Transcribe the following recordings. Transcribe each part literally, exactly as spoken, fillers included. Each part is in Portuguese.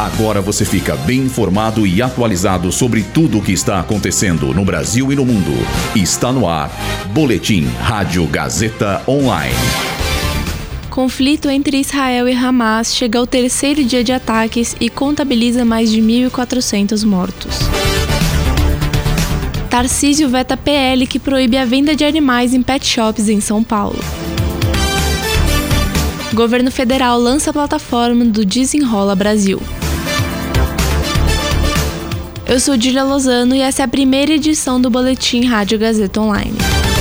Agora você fica bem informado e atualizado sobre tudo o que está acontecendo no Brasil e no mundo. Está no ar, Boletim Rádio Gazeta Online. Conflito entre Israel e Hamas chega ao terceiro dia de ataques e contabiliza mais de mil e quatrocentos mortos. Tarcísio veta P L que proíbe a venda de animais em pet shops em São Paulo. Governo federal lança a plataforma do Desenrola Brasil. Eu sou Dília Lozano e essa é a primeira edição do Boletim Rádio Gazeta Online.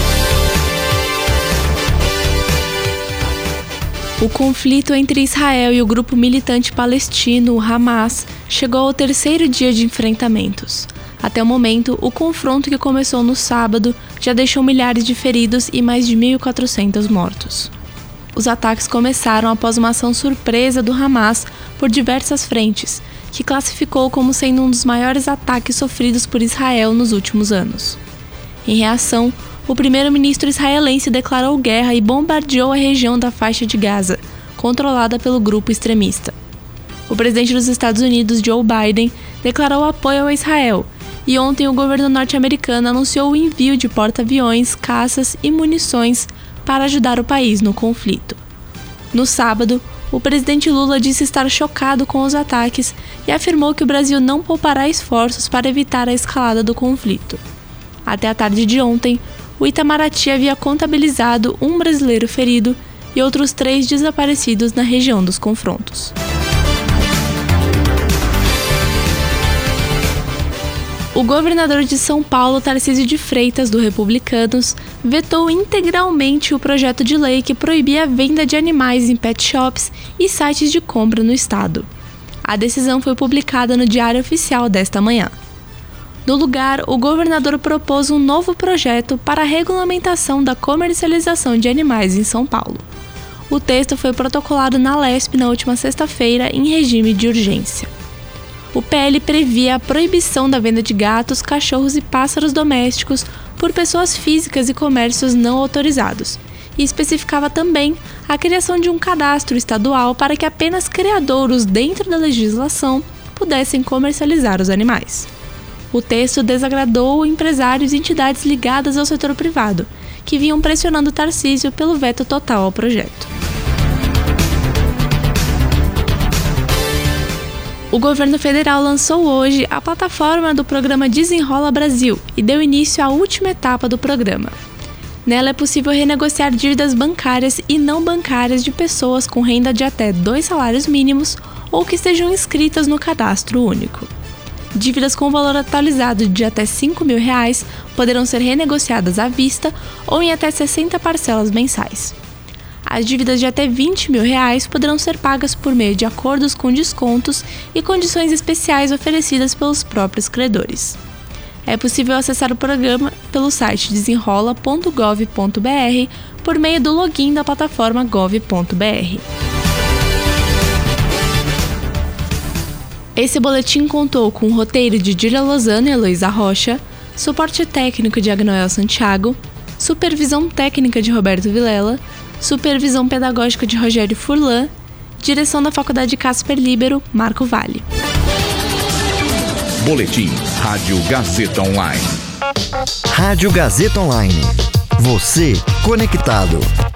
O conflito entre Israel e o grupo militante palestino, o Hamas, chegou ao terceiro dia de enfrentamentos. Até o momento, o confronto que começou no sábado já deixou milhares de feridos e mais de mil e quatrocentos mortos. Os ataques começaram após uma ação surpresa do Hamas por diversas frentes, que classificou como sendo um dos maiores ataques sofridos por Israel nos últimos anos. Em reação, o primeiro-ministro israelense declarou guerra e bombardeou a região da faixa de Gaza, controlada pelo grupo extremista. O presidente dos Estados Unidos, Joe Biden, declarou apoio a Israel, e ontem o governo norte-americano anunciou o envio de porta-aviões, caças e munições para ajudar o país no conflito. No sábado, o presidente Lula disse estar chocado com os ataques e afirmou que o Brasil não poupará esforços para evitar a escalada do conflito. Até a tarde de ontem, o Itamaraty havia contabilizado um brasileiro ferido e outros três desaparecidos na região dos confrontos. O governador de São Paulo, Tarcísio de Freitas, do Republicanos, vetou integralmente o projeto de lei que proibia a venda de animais em pet shops e sites de compra no estado. A decisão foi publicada no Diário Oficial desta manhã. No lugar, o governador propôs um novo projeto para a regulamentação da comercialização de animais em São Paulo. O texto foi protocolado na Lesp na última sexta-feira em regime de urgência. O P L previa a proibição da venda de gatos, cachorros e pássaros domésticos por pessoas físicas e comércios não autorizados, e especificava também a criação de um cadastro estadual para que apenas criadouros dentro da legislação pudessem comercializar os animais. O texto desagradou empresários e entidades ligadas ao setor privado, que vinham pressionando Tarcísio pelo veto total ao projeto. O governo federal lançou hoje a plataforma do programa Desenrola Brasil e deu início à última etapa do programa. Nela é possível renegociar dívidas bancárias e não bancárias de pessoas com renda de até dois salários mínimos ou que estejam inscritas no cadastro único. Dívidas com valor atualizado de até cinco mil reais poderão ser renegociadas à vista ou em até sessenta parcelas mensais. As dívidas de até vinte mil reais poderão ser pagas por meio de acordos com descontos e condições especiais oferecidas pelos próprios credores. É possível acessar o programa pelo site desenrola ponto gov ponto br por meio do login da plataforma gov ponto br. Esse boletim contou com o roteiro de Dília Lozano e Heloísa Rocha, suporte técnico de Agnoel Santiago, supervisão técnica de Roberto Vilela, supervisão pedagógica de Rogério Furlan, direção da Faculdade Casper Líbero, Marco Vale. Boletim Rádio Gazeta Online. Rádio Gazeta Online. Você conectado.